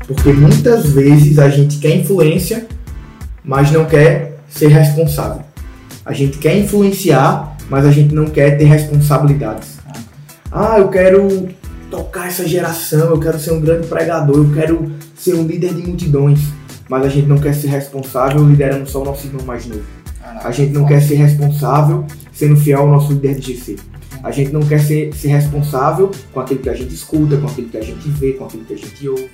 Porque muitas vezes a gente quer influência, mas não quer ser responsável. A gente quer influenciar, mas a gente não quer ter responsabilidades. Eu quero tocar essa geração, eu quero ser um grande pregador, eu quero ser um líder de multidões, mas a gente não quer ser responsável liderando só o nosso irmão mais novo. A gente não quer ser responsável sendo fiel ao nosso líder de GC. A gente não quer ser responsável com aquilo que a gente escuta, com aquilo que a gente vê, com aquilo que a gente ouve.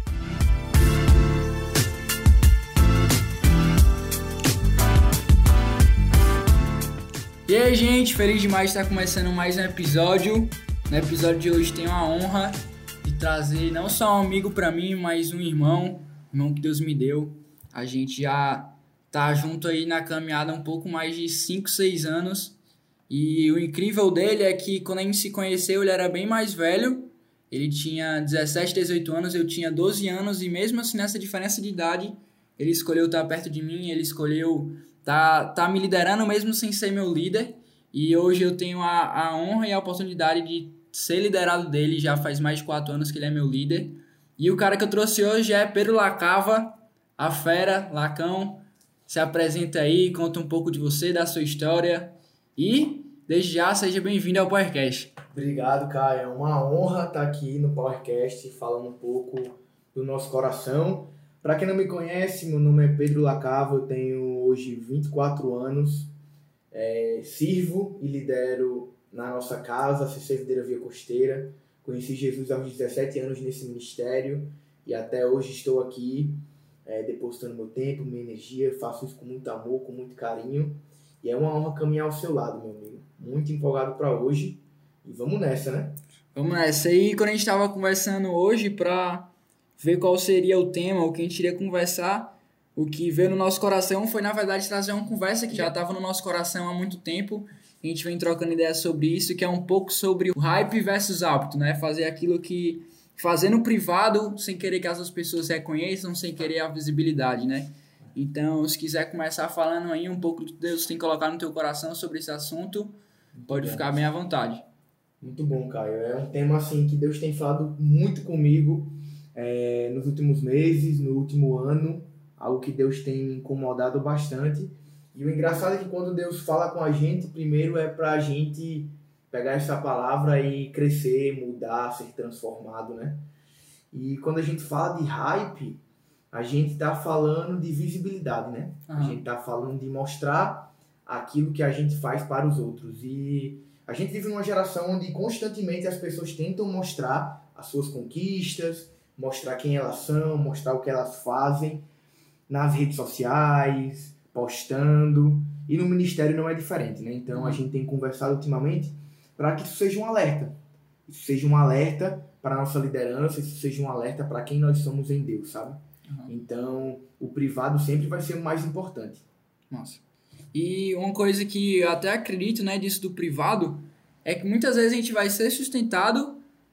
E aí, gente, feliz demais de estar começando mais um episódio. No episódio de hoje tenho a honra de trazer não só um amigo para mim, mas um irmão que Deus me deu. A gente já tá junto aí na caminhada há um pouco mais de 5, 6 anos. E o incrível dele é que quando a gente se conheceu, ele era bem mais velho. Ele tinha 17, 18 anos, eu tinha 12 anos. E mesmo assim, nessa diferença de idade, ele escolheu estar perto de mim, ele escolheu tá me liderando mesmo sem ser meu líder. E hoje eu tenho a honra e a oportunidade de ser liderado dele. Já faz mais de 4 anos que ele é meu líder. E o cara que eu trouxe hoje é Pedro Lacava, a fera, Lacão. Se apresenta aí, conta um pouco de você, da sua história. E, desde já, seja bem-vindo ao PowerCast. Obrigado, Caio. É uma honra estar aqui no PowerCast falando um pouco do nosso coração. Para quem não me conhece, meu nome é Pedro Lacava, eu tenho hoje 24 anos, sirvo e lidero na nossa casa, a CC Videira Via Costeira. Conheci Jesus aos 17 anos nesse ministério e até hoje estou aqui depositando meu tempo, minha energia, faço isso com muito amor, com muito carinho e é uma honra caminhar ao seu lado, meu amigo. Muito empolgado para hoje e vamos nessa, né? Vamos nessa. E quando a gente estava conversando hoje para ver qual seria o tema, o que a gente iria conversar, o que veio no nosso coração foi, na verdade, trazer uma conversa que já estava no nosso coração há muito tempo. A gente vem trocando ideias sobre isso, que é um pouco sobre o hype versus hábito, né? Fazer aquilo que... Fazer no privado, sem querer que as pessoas reconheçam, sem querer a visibilidade, né? Então, se quiser começar falando aí um pouco do que Deus tem colocado no teu coração sobre esse assunto, pode ficar bem à vontade. Muito bom, Caio. É um tema assim que Deus tem falado muito comigo nos últimos meses, no último ano, algo que Deus tem me incomodado bastante. E o engraçado é que quando Deus fala com a gente, primeiro é para a gente pegar essa palavra e crescer, mudar, ser transformado, né? E quando a gente fala de hype, a gente está falando de visibilidade, né? A gente está falando de mostrar aquilo que a gente faz para os outros. E a gente vive numa geração onde constantemente as pessoas tentam mostrar as suas conquistas, mostrar quem elas são, mostrar o que elas fazem nas redes sociais, postando. E no ministério não é diferente, né? Então a gente tem conversado ultimamente para que isso seja um alerta. Isso seja um alerta para a nossa liderança, isso seja um alerta para quem nós somos em Deus, sabe? Então o privado sempre vai ser o mais importante. Nossa. E uma coisa que eu até acredito, né, disso do privado, é que muitas vezes a gente vai ser sustentado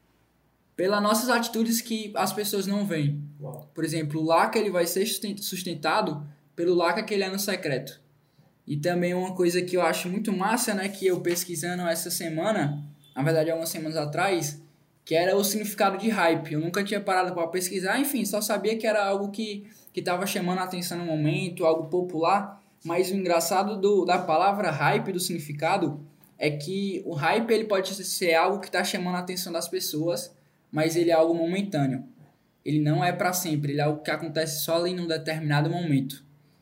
pelas nossas atitudes que as pessoas não veem. Uau. Por exemplo, o Laca, ele vai ser sustentado pelo Laca que ele é no secreto. E também uma coisa que eu acho muito massa, né, que eu pesquisando essa semana, na verdade algumas semanas atrás, que era o significado de hype. Eu nunca tinha parado para pesquisar, enfim, só sabia que era algo que estava chamando a atenção no momento, algo popular. Mas o engraçado da palavra hype, do significado, é que o hype ele pode ser algo que está chamando a atenção das pessoas, mas ele é algo momentâneo. Ele não é para sempre, ele é algo que acontece só ali num determinado momento.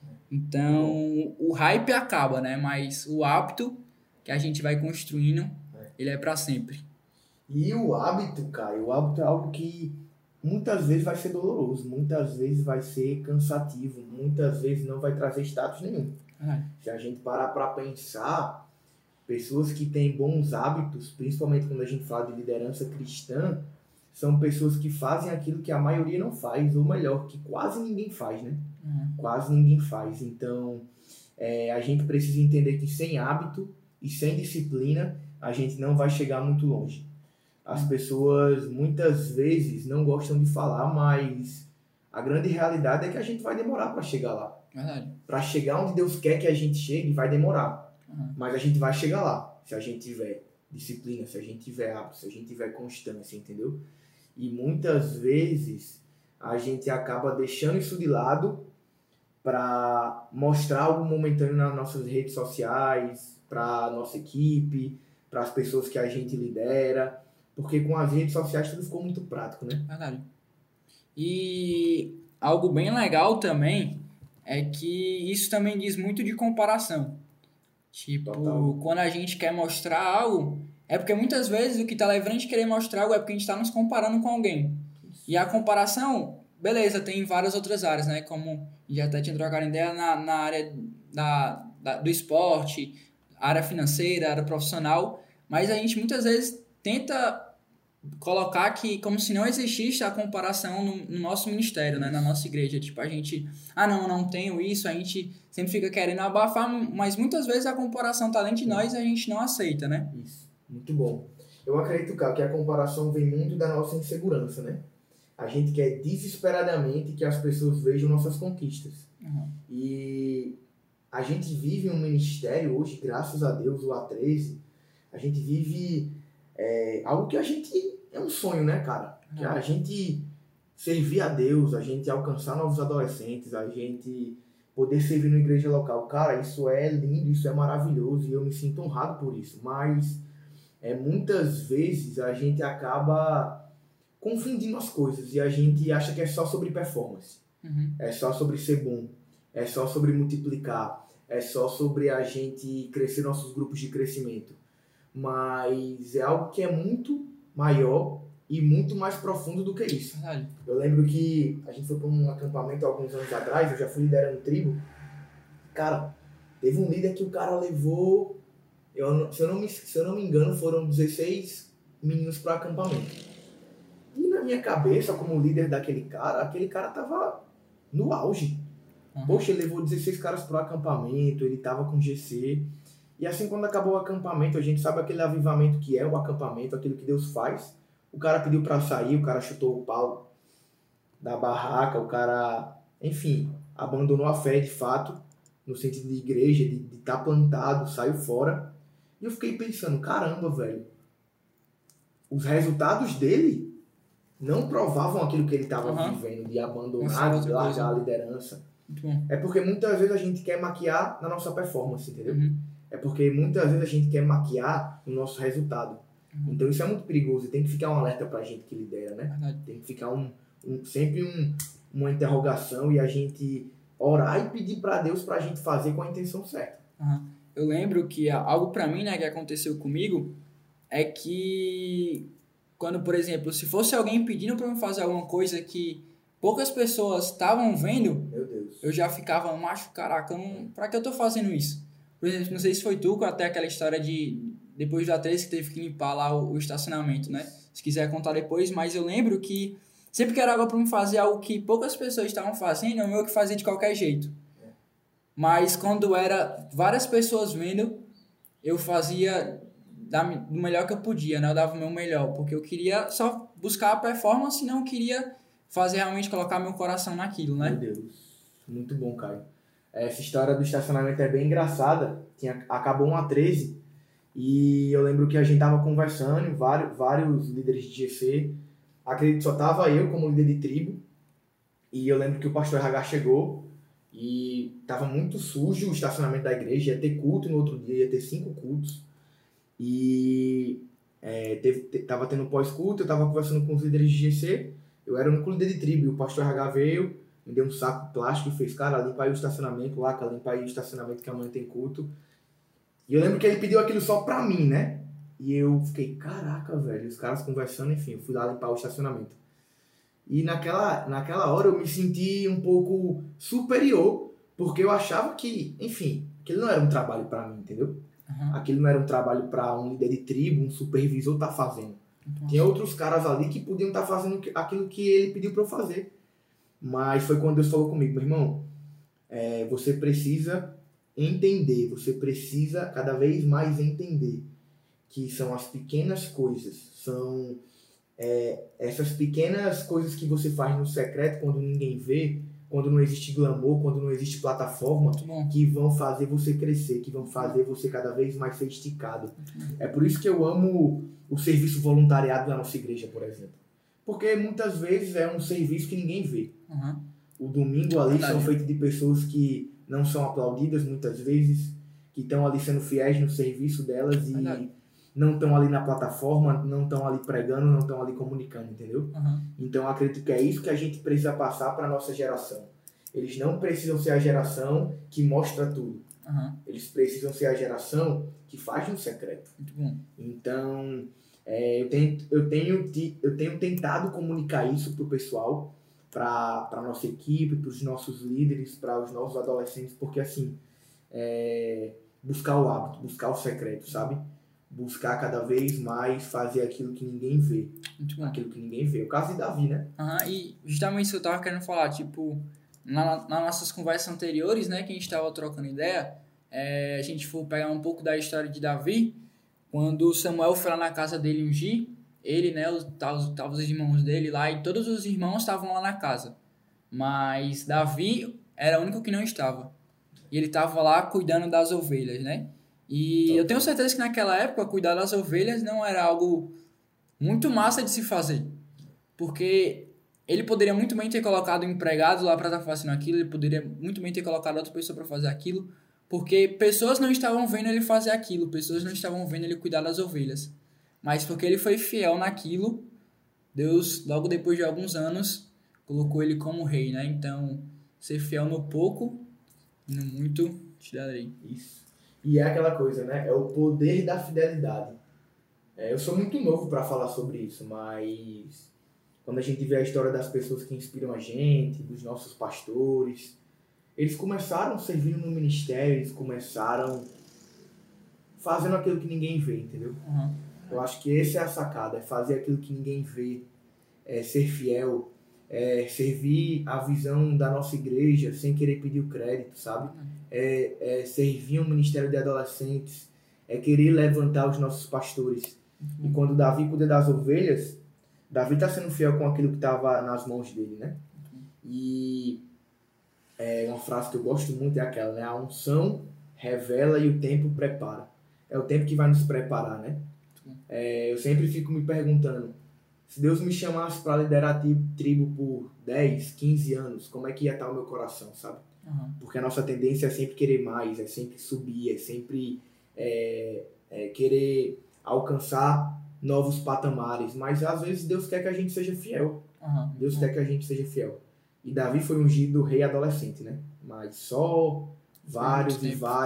Então, o hype acaba, né? Mas o hábito que a gente vai construindo, ele é para sempre. E o hábito, Caio, o hábito é algo que muitas vezes vai ser doloroso, muitas vezes vai ser cansativo, muitas vezes não vai trazer status nenhum. Se a gente parar para pensar, pessoas que têm bons hábitos, principalmente quando a gente fala de liderança cristã, são pessoas que fazem aquilo que a maioria não faz, ou melhor, que quase ninguém faz, né? Quase ninguém faz. Então, a gente precisa entender que sem hábito e sem disciplina, a gente não vai chegar muito longe. As pessoas muitas vezes não gostam de falar, mas a grande realidade é que a gente vai demorar para chegar lá. Para chegar onde Deus quer que a gente chegue, vai demorar. Mas a gente vai chegar lá, se a gente tiver disciplina, se a gente tiver hábito, se a gente tiver constância, entendeu? E muitas vezes a gente acaba deixando isso de lado para mostrar algo momentâneo nas nossas redes sociais, para nossa equipe, para as pessoas que a gente lidera, porque com as redes sociais tudo ficou muito prático, né? Verdade. E algo bem legal também é que isso também diz muito de comparação. Tipo, Total. quando a gente quer mostrar algo, é porque muitas vezes o que tá levando a gente querer mostrar algo é porque a gente tá nos comparando com alguém. E a comparação, beleza, tem várias outras áreas, né? Como já até tinha trocado ideia na área do esporte, área financeira, área profissional, mas a gente muitas vezes tenta colocar que como se não existisse a comparação no nosso ministério, né? Na nossa igreja. Tipo, a gente, não tenho isso, a gente sempre fica querendo abafar, mas muitas vezes a comparação tá dentro de nós e a gente não aceita, né? Isso, muito bom. Eu acredito, cara, que a comparação vem muito da nossa insegurança, né? A gente quer desesperadamente que as pessoas vejam nossas conquistas. Uhum. E a gente vive um ministério hoje, graças a Deus, o A13, a gente vive algo que a gente é um sonho, né, cara? Que a gente servir a Deus, a gente alcançar novos adolescentes, a gente poder servir na igreja local. Cara, isso é lindo, isso é maravilhoso e eu me sinto honrado por isso. Mas muitas vezes a gente acaba confundindo as coisas e a gente acha que é só sobre performance. Uhum. É só sobre ser bom, é só sobre multiplicar, é só sobre a gente crescer nossos grupos de crescimento. Mas é algo que é muito maior e muito mais profundo do que isso. Verdade. Eu lembro que a gente foi para um acampamento alguns anos atrás, eu já fui liderando tribo. Cara, teve um líder que o cara levou, se eu não me engano, foram 16 meninos para o acampamento. E na minha cabeça, como líder daquele cara, aquele cara tava no auge. Uhum. Poxa, ele levou 16 caras pro acampamento, ele tava com GC. E assim, quando acabou o acampamento, a gente sabe aquele avivamento que é o acampamento, aquilo que Deus faz. O cara pediu pra sair, o cara chutou o pau da barraca, o cara, enfim, abandonou a fé de fato, no sentido de igreja, de estar plantado, saiu fora. E eu fiquei pensando, caramba, velho, os resultados dele não provavam aquilo que ele estava vivendo, de abandonar, de largar a liderança. É porque muitas vezes a gente quer maquiar na nossa performance, entendeu? Uhum. É porque muitas vezes a gente quer maquiar no nosso resultado. Uhum. Então isso é muito perigoso e tem que ficar um alerta pra gente que lidera, né? Verdade. Tem que ficar sempre uma interrogação e a gente orar e pedir pra Deus pra gente fazer com a intenção certa. Uhum. Eu lembro que algo pra mim, né, que aconteceu comigo é que quando, por exemplo, se fosse alguém pedindo pra eu fazer alguma coisa que poucas pessoas estavam vendo, Meu Deus, eu já ficava, macho, caraca, pra que eu tô fazendo isso? Por exemplo, não sei se foi tu, até aquela história de depois da 3 que teve que limpar lá o estacionamento, né? Se quiser contar depois, mas eu lembro que sempre que era algo pra me fazer algo que poucas pessoas estavam fazendo, eu meio que fazia de qualquer jeito. Mas quando era várias pessoas vendo, eu fazia do melhor que eu podia, né? Eu dava o meu melhor, porque eu queria só buscar a performance e não queria fazer realmente colocar meu coração naquilo, né? meu Deus. Muito bom, Caio. Essa história do estacionamento é bem engraçada. Acabou uma 13 e eu lembro que a gente tava conversando, vários líderes de GC. Acredito que só tava eu como líder de tribo. E eu lembro que o pastor RH chegou e tava muito sujo o estacionamento da igreja. Ia ter culto no outro dia, ia ter 5 cultos. E tava tendo pós-culto, eu tava conversando com os líderes de GC. Eu era o único líder de tribo e o pastor RH veio, me deu um saco plástico e fez, cara, limpa aí o estacionamento lá, cara, limpa aí o estacionamento que amanhã tem culto. E eu lembro que ele pediu aquilo só pra mim, né? E eu fiquei, caraca, velho, os caras conversando, enfim, eu fui lá limpar o estacionamento. E naquela hora eu me senti um pouco superior, porque eu achava que, enfim, aquilo não era um trabalho pra mim, entendeu? Uhum. Aquilo não era um trabalho pra um líder de tribo, um supervisor tá fazendo. Tinha outros caras ali que podiam estar fazendo aquilo que ele pediu para eu fazer. Mas foi quando Deus falou comigo, meu irmão, você precisa entender, você precisa cada vez mais entender que são as pequenas coisas, são essas pequenas coisas que você faz no secreto quando ninguém vê, quando não existe glamour, quando não existe plataforma, que vão fazer você crescer, que vão fazer você cada vez mais ser esticado. É por isso que eu amo o serviço voluntariado da nossa igreja, por exemplo. Porque muitas vezes é um serviço que ninguém vê. Uhum. O domingo ali Verdade. são feitos de pessoas que não são aplaudidas muitas vezes, que estão ali sendo fiéis no serviço delas e Verdade. não estão ali na plataforma, não estão ali pregando, não estão ali comunicando, entendeu? Uhum. Então eu acredito que é isso que a gente precisa passar para a nossa geração. Eles não precisam ser a geração que mostra tudo. Uhum. Eles precisam ser a geração que faz no secreto. Muito bom. Então, eu tenho tentado comunicar isso para o pessoal, para a nossa equipe, para os nossos líderes, para os nossos adolescentes, porque assim, buscar o hábito, buscar o secreto, sabe? Buscar cada vez mais fazer aquilo que ninguém vê. Muito bom. Aquilo que ninguém vê. O caso de Davi, né? Uhum. E justamente isso que eu tava querendo falar, tipo, nas nossas conversas anteriores, né, que a gente tava trocando ideia, a gente for pegar um pouco da história de Davi, quando Samuel foi lá na casa dele ungir, ele, né, estavam os irmãos dele lá, e todos os irmãos estavam lá na casa. Mas Davi era o único que não estava. E ele estava lá cuidando das ovelhas, né? E eu tenho certeza que naquela época, cuidar das ovelhas não era algo muito massa de se fazer. Porque ele poderia muito bem ter colocado um empregado lá para estar fazendo aquilo, ele poderia muito bem ter colocado outra pessoa para fazer aquilo, porque pessoas não estavam vendo ele fazer aquilo, pessoas não estavam vendo ele cuidar das ovelhas. Mas porque ele foi fiel naquilo, Deus, logo depois de alguns anos, colocou ele como rei, né? Então, ser fiel no pouco e no muito te darei. Isso. E é aquela coisa, né? É o poder da fidelidade. Eu sou muito novo para falar sobre isso, mas quando a gente vê a história das pessoas que inspiram a gente, dos nossos pastores, eles começaram servindo no ministério, eles começaram fazendo aquilo que ninguém vê, entendeu? Uhum. Eu acho que essa é a sacada, é fazer aquilo que ninguém vê, ser fiel, servir a visão da nossa igreja sem querer pedir o crédito, sabe? Servir um ministério de adolescentes, querer levantar os nossos pastores. E quando Davi cuida das ovelhas, Davi está sendo fiel com aquilo que estava nas mãos dele, né? E uma frase que eu gosto muito é aquela, né? A unção revela e o tempo prepara. É o tempo que vai nos preparar, né? Eu sempre fico me perguntando, se Deus me chamasse para liderar a tribo por 10, 15 anos, como é que ia estar o meu coração, sabe? Uhum. Porque a nossa tendência é sempre querer mais, é sempre subir, é sempre querer alcançar novos patamares. Mas às vezes Deus quer que a gente seja fiel. Uhum. Deus quer que a gente seja fiel. E Davi foi ungido rei adolescente, né? Mas só vários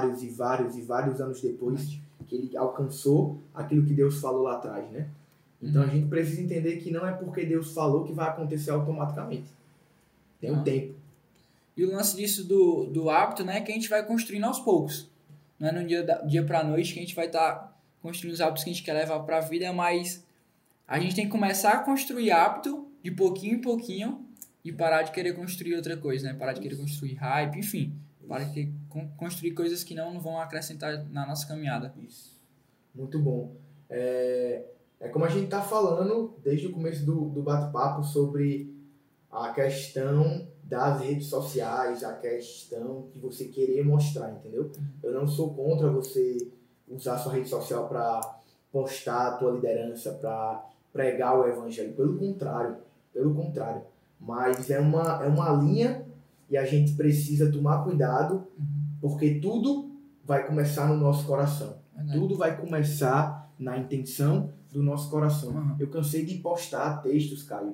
anos depois que ele alcançou aquilo que Deus falou lá atrás, né? Então a gente precisa entender que não é porque Deus falou que vai acontecer automaticamente. Tem um tempo. E o lance disso do hábito, né, é que a gente vai construindo aos poucos. Não é no dia pra noite que a gente vai estar construindo os hábitos que a gente quer levar pra vida, mas a gente tem que começar a construir hábito de pouquinho em pouquinho e parar de querer construir outra coisa, né? Parar de querer construir hype, enfim. Parar de querer construir coisas que não vão acrescentar na nossa caminhada. Isso. Muito bom. Como a gente está falando desde o começo do bate-papo sobre a questão das redes sociais, a questão de você querer mostrar, entendeu? Eu não sou contra você usar sua rede social para postar a tua liderança, para pregar o evangelho. Pelo contrário. Mas é uma linha e a gente precisa tomar cuidado, porque tudo vai começar no nosso coração. Tudo vai começar na intenção do nosso coração. Uhum. Eu cansei de postar textos, Caio,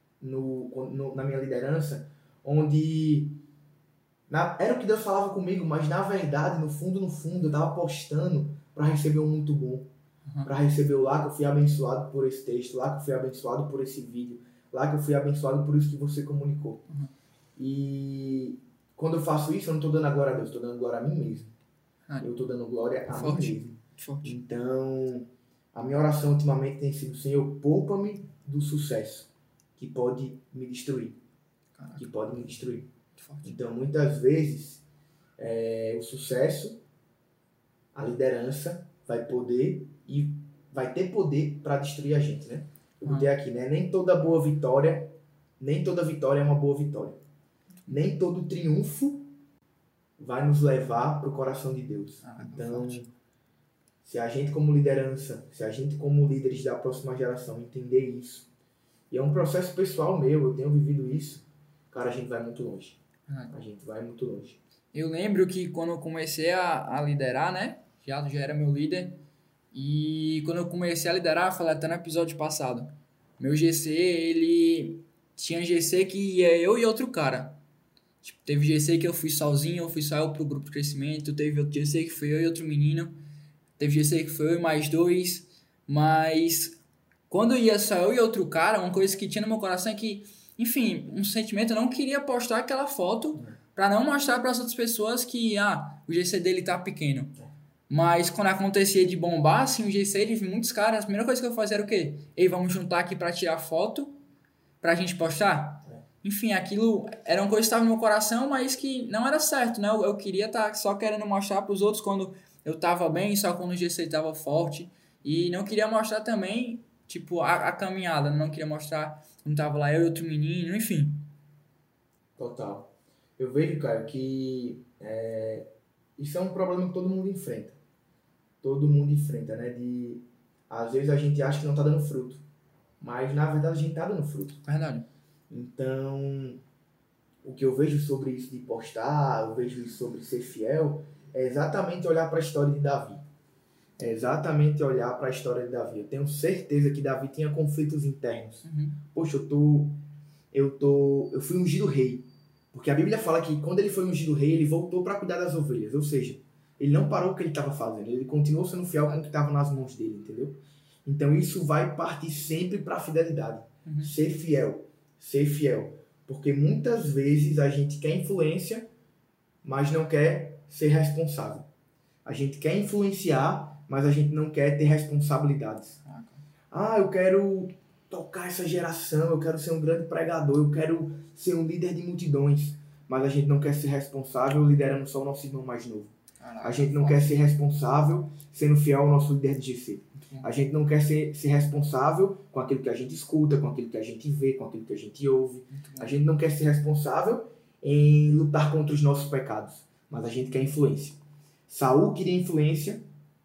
na minha liderança, onde era o que Deus falava comigo, mas na verdade, no fundo, eu estava postando para receber um muito bom. Para receber o lá que eu fui abençoado por esse texto, lá que eu fui abençoado por esse vídeo, lá que eu fui abençoado por isso que você comunicou. E quando eu faço isso, eu não estou dando a glória a Deus, estou dando glória a mim mesmo. Eu estou dando glória a mim mesmo. Forte. Então, a minha oração ultimamente tem sido: Senhor, poupa-me do sucesso que pode me destruir. Caraca. Que pode me destruir. Forte. Então, muitas vezes, o sucesso, a liderança vai ter poder para destruir a gente, né? Eu botei aqui, né? Nem toda vitória é uma boa vitória. Nem todo triunfo vai nos levar para o coração de Deus. Então, se a gente como liderança, se a gente como líderes da próxima geração entender isso E é um processo pessoal meu, eu tenho vivido isso. Cara, a gente vai muito longe. A gente vai muito longe. Eu lembro que quando eu comecei a liderar, né? Já era meu líder. E quando eu comecei a liderar, falei até no episódio passado. Meu GC, ele tinha GC que ia eu e outro cara. Tipo, teve GC que eu fui sozinho, eu fui só eu pro grupo de crescimento. Teve outro GC que foi eu e outro menino. Teve GC que foi eu e mais 2. Mas quando ia só eu e outro cara, uma coisa que tinha no meu coração é que, enfim, um sentimento, eu não queria postar aquela foto para não mostrar para as outras pessoas que o GC dele tá pequeno. Mas quando acontecia de bombar, assim, o GC de muitos caras, a primeira coisa que eu fazia era o quê? Ei, vamos juntar aqui para tirar foto pra gente postar? Enfim, aquilo era uma coisa que estava no meu coração, mas que não era certo, né? Eu queria estar só querendo mostrar pros outros quando eu tava bem, só quando o GC tava forte. E não queria mostrar também, tipo, a caminhada. Não queria mostrar quando tava lá eu e outro menino, enfim. Total. Eu vejo, cara, que isso é um problema que todo mundo enfrenta. Todo mundo enfrenta, né? Às vezes a gente acha que não tá dando fruto. Mas, na verdade, a gente tá dando fruto. Verdade. Então, o que eu vejo sobre isso de postar, eu vejo isso sobre ser fiel, é exatamente olhar para a história de Davi. É exatamente olhar para a história de Davi. Eu tenho certeza que Davi tinha conflitos internos. Poxa, eu fui ungido rei. Porque a Bíblia fala que quando ele foi ungido rei, ele voltou para cuidar das ovelhas. Ou seja, ele não parou o que ele estava fazendo. Ele continuou sendo fiel com o que estava nas mãos dele, entendeu? Então isso vai partir sempre para a fidelidade. Ser fiel. Ser fiel. Porque muitas vezes a gente quer influência, mas não quer ser responsável. A gente quer influenciar, mas a gente não quer ter responsabilidades. Eu quero tocar essa geração, eu quero ser um grande pregador, eu quero ser um líder de multidões, mas a gente não quer ser responsável liderando só o nosso irmão mais novo. A gente não quer ser responsável sendo fiel ao nosso líder de GC. A gente não quer ser responsável com aquilo que a gente escuta, com aquilo que a gente vê, com aquilo que a gente ouve. A gente não quer ser responsável em lutar contra os nossos pecados, mas a gente quer influência. Saul queria influência,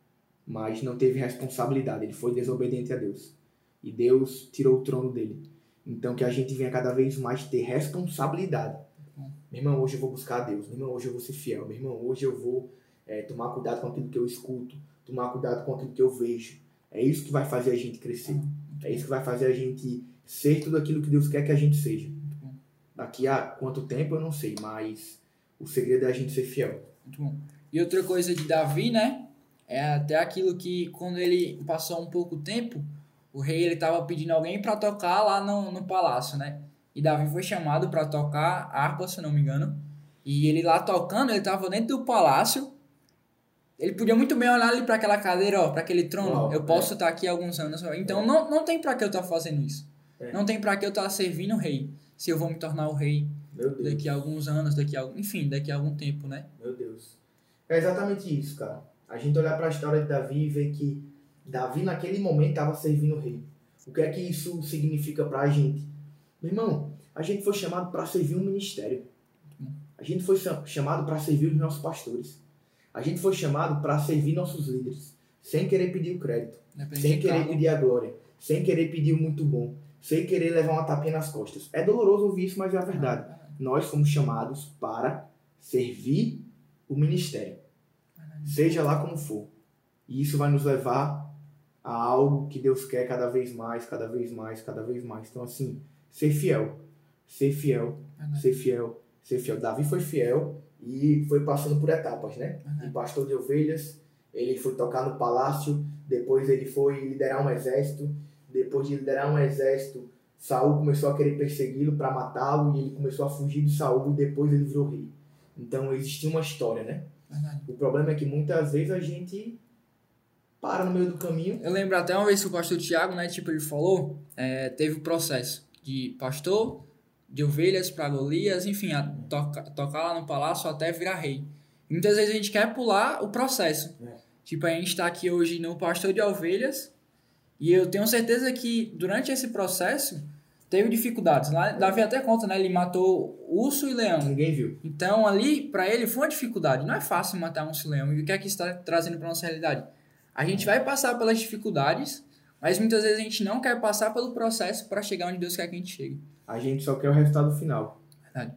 mas não teve responsabilidade. Ele foi desobediente a Deus. E Deus tirou o trono dele. Então que a gente venha cada vez mais ter responsabilidade. Meu irmão, hoje eu vou buscar a Deus. Meu irmão, hoje eu vou ser fiel. Meu irmão, hoje eu vou tomar cuidado com aquilo que eu escuto. Tomar cuidado com aquilo que eu vejo. É isso que vai fazer a gente crescer. É isso que vai fazer a gente ser tudo aquilo que Deus quer que a gente seja. Daqui a quanto tempo eu não sei, mas o segredo é a gente ser fiel. Muito bom. E outra coisa de Davi, né? É até aquilo que quando ele passou um pouco tempo, o rei ele estava pedindo alguém para tocar lá no palácio, né? E Davi foi chamado para tocar harpa, se não me engano. E ele lá tocando, ele estava dentro do palácio. Ele podia muito bem olhar ali para aquela cadeira, para aquele trono. Eu posso estar aqui há alguns anos. Então não tem para que eu estar fazendo isso. Não tem para que eu estar servindo o rei. Se eu vou me tornar o rei daqui a alguns anos, daqui a algum tempo, né? Meu Deus. É exatamente isso, cara. A gente olhar para a história de Davi e ver que Davi naquele momento estava servindo o rei. O que é que isso significa para a gente? Meu irmão, a gente foi chamado para servir um ministério. A gente foi chamado para servir os nossos pastores. A gente foi chamado para servir nossos líderes. Sem querer pedir o crédito. Sem querer pedir a glória. Sem querer pedir o muito bom. Sem querer levar uma tapinha nas costas. É doloroso ouvir isso, mas é a verdade. Nós fomos chamados para servir o ministério. Seja lá como for. E isso vai nos levar a algo que Deus quer cada vez mais, cada vez mais, cada vez mais. Então, assim, ser fiel. Ser fiel. Ser fiel. Ser fiel. Davi foi fiel e foi passando por etapas, né? De pastor de ovelhas, ele foi tocar no palácio, depois ele foi liderar um exército. Depois de liderar um exército, Saul começou a querer persegui-lo para matá-lo e ele começou a fugir de Saul e depois ele virou rei. Então existia uma história, né? O problema é que muitas vezes a gente para no meio do caminho. Eu lembro até uma vez que o pastor Tiago, né, tipo, ele falou, teve o processo de pastor, de ovelhas para Golias, enfim, tocar lá no palácio até virar rei. E muitas vezes a gente quer pular o processo. Tipo, a gente está aqui hoje no pastor de ovelhas e eu tenho certeza que durante esse processo teve dificuldades. Lá, Davi até conta, né? Ele matou urso e leão. Ninguém viu. Então, ali, para ele, foi uma dificuldade. Não é fácil matar um urso e leão. E o que é que está trazendo para nossa realidade? A gente vai passar pelas dificuldades, Mas muitas vezes a gente não quer passar pelo processo para chegar onde Deus quer que a gente chegue. A gente só quer o resultado final. Verdade.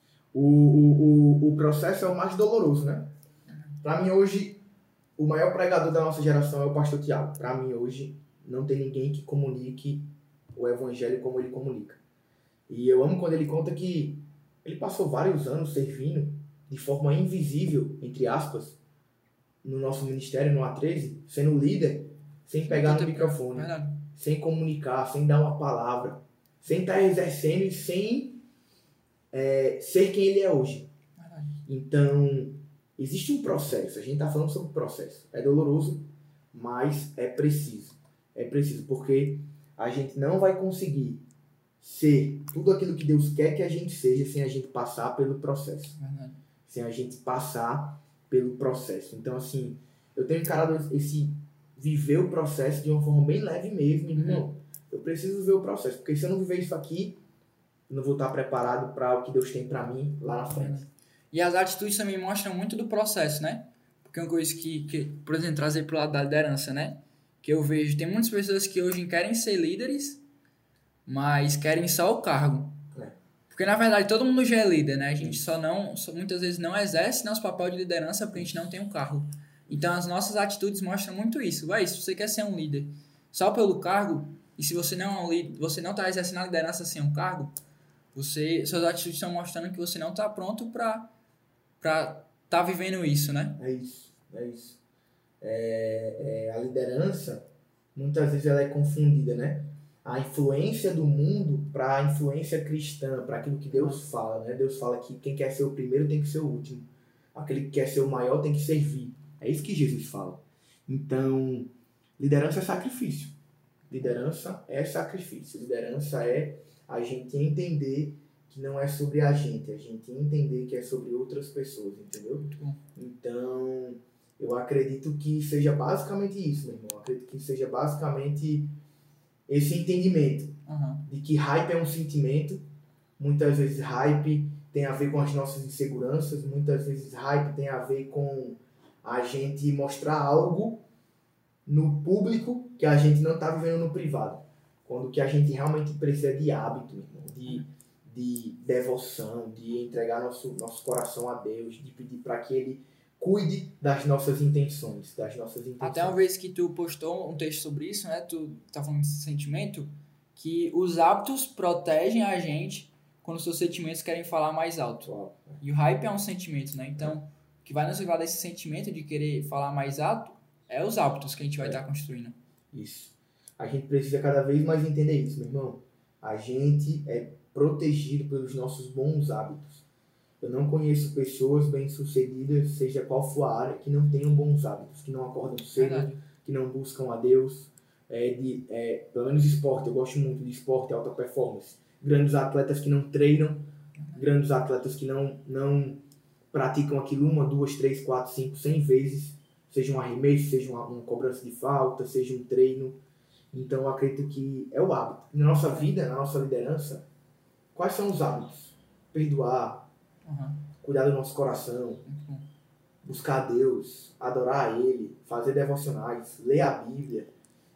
O processo é o mais doloroso, né? Para mim hoje, o maior pregador da nossa geração é o pastor Tiago. Para mim hoje, não tem ninguém que comunique o evangelho como ele comunica. E eu amo quando ele conta que ele passou vários anos servindo de forma invisível, entre aspas, no nosso ministério, no A13, sendo líder, sem pegar no microfone, Verdade. sem comunicar, sem dar uma palavra, sem estar exercendo e sem ser quem ele é hoje. Verdade. Então, existe um processo, a gente está falando sobre o processo. É doloroso, mas é preciso. É preciso, porque a gente não vai conseguir ser tudo aquilo que Deus quer que a gente seja sem a gente passar pelo processo. Verdade. Sem a gente passar pelo processo. Então, assim, eu tenho encarado esse viver o processo de uma forma bem leve mesmo. E, não, eu preciso viver o processo, porque se eu não viver isso aqui, eu não vou estar preparado para o que Deus tem para mim lá na frente. E as atitudes também mostram muito do processo, né? Porque é uma coisa que por exemplo, trazer pro lado da liderança, né? Que eu vejo, tem muitas pessoas que hoje querem ser líderes, mas querem só o cargo. Porque, na verdade, todo mundo já é líder, né? A gente muitas vezes não exerce nosso papel de liderança porque a gente não tem um cargo. Então, as nossas atitudes mostram muito isso. Se você quer ser um líder só pelo cargo, e se você não é um líder, você não está exercendo a liderança sem um cargo, suas atitudes estão mostrando que você não está pronto para estar vivendo isso, né? É isso. A liderança, muitas vezes ela é confundida, né? A influência do mundo para a influência cristã, para aquilo que Deus fala, né? Deus fala que quem quer ser o primeiro tem que ser o último. Aquele que quer ser o maior tem que servir. É isso que Jesus fala. Então, liderança é sacrifício. Liderança é sacrifício. Liderança é a gente entender que não é sobre a gente entender que é sobre outras pessoas, entendeu? Então, eu acredito que seja basicamente isso, meu irmão. Eu acredito que seja basicamente esse entendimento de que hype é um sentimento. Muitas vezes hype tem a ver com as nossas inseguranças, muitas vezes hype tem a ver com a gente mostrar algo no público que a gente não está vivendo no privado. Quando o que a gente realmente precisa é de hábito, meu irmão, de devoção, de entregar nosso coração a Deus, de pedir para que Ele cuide das nossas intenções, Até uma vez que tu postou um texto sobre isso, né? Tu tá falando desse sentimento, que os hábitos protegem a gente quando os seus sentimentos querem falar mais alto. Uau. E o hype é um sentimento, né? Então, o que vai nos levar desse sentimento de querer falar mais alto é os hábitos que a gente vai estar construindo. Isso. A gente precisa cada vez mais entender isso, meu irmão. A gente é protegido pelos nossos bons hábitos. Eu não conheço pessoas bem-sucedidas, seja qual for a área, que não tenham bons hábitos, que não acordam cedo, que não buscam a Deus. Pelo menos esporte, eu gosto muito de esporte, alta performance. Grandes atletas que não treinam, grandes atletas que não praticam aquilo 1, 2, 3, 4, 5, 100 vezes, seja um arremesso, seja uma cobrança de falta, seja um treino. Então eu acredito que é o hábito. Na nossa vida, na nossa liderança, quais são os hábitos? Perdoar, cuidar do nosso coração, buscar a Deus, adorar a Ele, fazer devocionais, ler a Bíblia,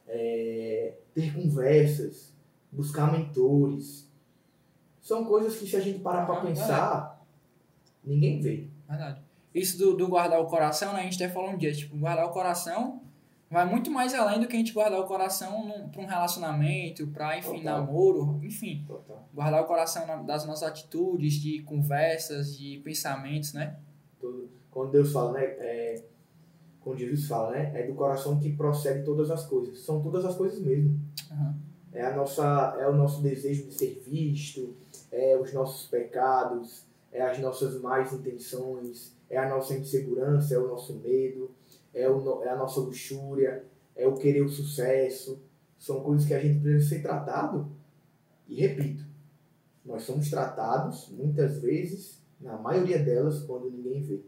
ter conversas, buscar mentores. São coisas que, se a gente parar para pensar, ninguém vê. Verdade. Isso do guardar o coração, né? A gente até falou um dia, tipo, guardar o coração vai muito mais além do que a gente guardar o coração para um relacionamento, para, enfim, namoro, enfim. Total. Guardar o coração das nossas atitudes, de conversas, de pensamentos, né? Quando Deus fala, né? Quando Jesus fala, né? É do coração que procede todas as coisas. São todas as coisas mesmo. É o nosso desejo de ser visto, é os nossos pecados, é as nossas más intenções, é a nossa insegurança, é o nosso medo, é a nossa luxúria, é o querer o sucesso. São coisas que a gente precisa ser tratado. E repito, nós somos tratados, muitas vezes, na maioria delas, quando ninguém vê.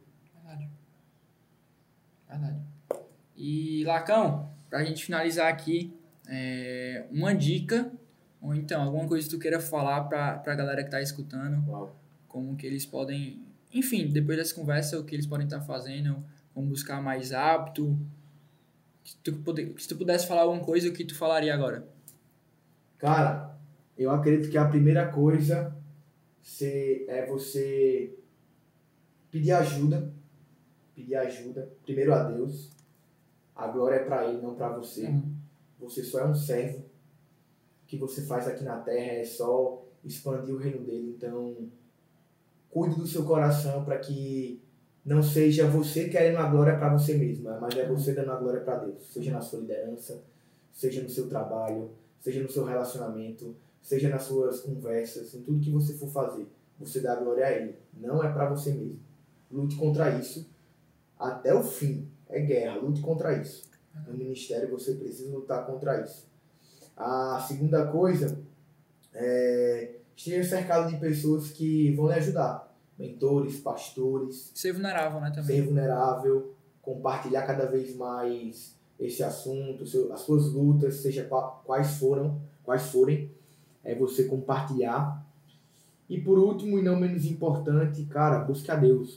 Verdade. E, Lacão, pra gente finalizar aqui, uma dica, ou então alguma coisa que tu queira falar pra galera que tá escutando. Uau. Como que eles podem, enfim, depois dessa conversa, o que eles podem estar fazendo, como buscar mais hábito, Se tu pudesse falar alguma coisa, o que tu falaria agora? Cara, eu acredito que a primeira coisa é você pedir ajuda, primeiro a Deus. A glória é para Ele, não para você. Você só é um servo. O que você faz aqui na terra é só expandir o reino dele. Então, cuide do seu coração para que não seja você querendo a glória para você mesmo, mas é você dando a glória para Deus. Seja na sua liderança, seja no seu trabalho, seja no seu relacionamento, seja nas suas conversas, em tudo que você for fazer. Você dá a glória a Ele. Não é para você mesmo. Lute contra isso até o fim. É guerra, lute contra isso. No ministério você precisa lutar contra isso. A segunda coisa é esteja cercado de pessoas que vão lhe ajudar. Mentores, pastores. Ser vulnerável, né, também. Ser vulnerável, compartilhar cada vez mais esse assunto, as suas lutas, seja quais forem, é você compartilhar. E por último, e não menos importante, cara, busque a Deus.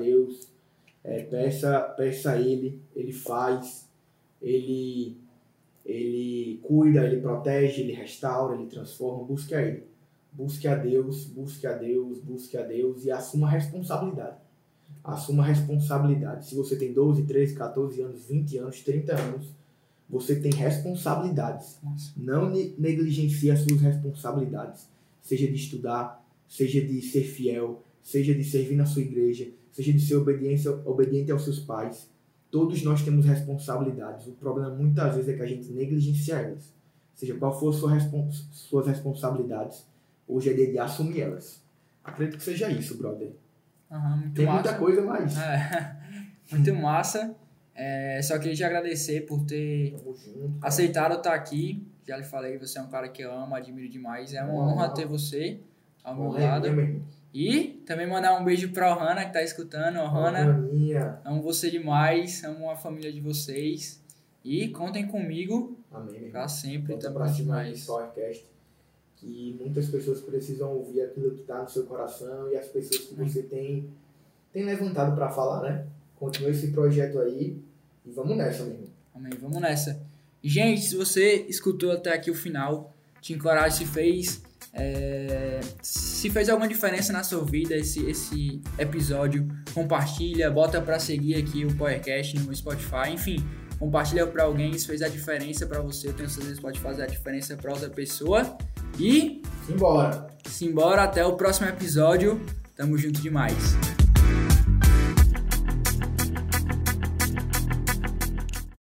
Peça a Ele faz, Ele cuida, Ele protege, Ele restaura, Ele transforma, busque a Ele. Busque a Deus e assuma a responsabilidade. Assuma a responsabilidade. Se você tem 12, 13, 14 anos, 20 anos, 30 anos, você tem responsabilidades. Não negligencie as suas responsabilidades. Seja de estudar, seja de ser fiel, seja de servir na sua igreja, seja de ser obediente aos seus pais. Todos nós temos responsabilidades. O problema muitas vezes é que a gente negligencia elas. Seja qual for suas responsabilidades, hoje é dia de assumir elas. Acredito que seja isso, brother. Tem massa. Muita coisa mais. Muito massa. Só queria te agradecer por ter aceitado estar aqui. Já lhe falei, você é um cara que eu amo, admiro demais. É uma honra ter você ao meu lado. E também mandar um beijo pra Ohana, que tá escutando. Ohana, amo você demais, amo a família de vocês. E contem comigo. Amém. Pra sempre. Conta pra cima desse podcast. Que muitas pessoas precisam ouvir aquilo que tá no seu coração e as pessoas que você tem levantado pra falar, né? Continua esse projeto aí e vamos nessa, meu irmão. Amém, vamos nessa. Gente, se você escutou até aqui o final, te encorajo, se fez alguma diferença na sua vida esse episódio, compartilha, bota pra seguir aqui o podcast no Spotify, enfim, compartilha pra alguém, se fez a diferença pra você, eu tenho certeza que pode fazer a diferença pra outra pessoa. E Simbora, até o próximo episódio, tamo junto demais.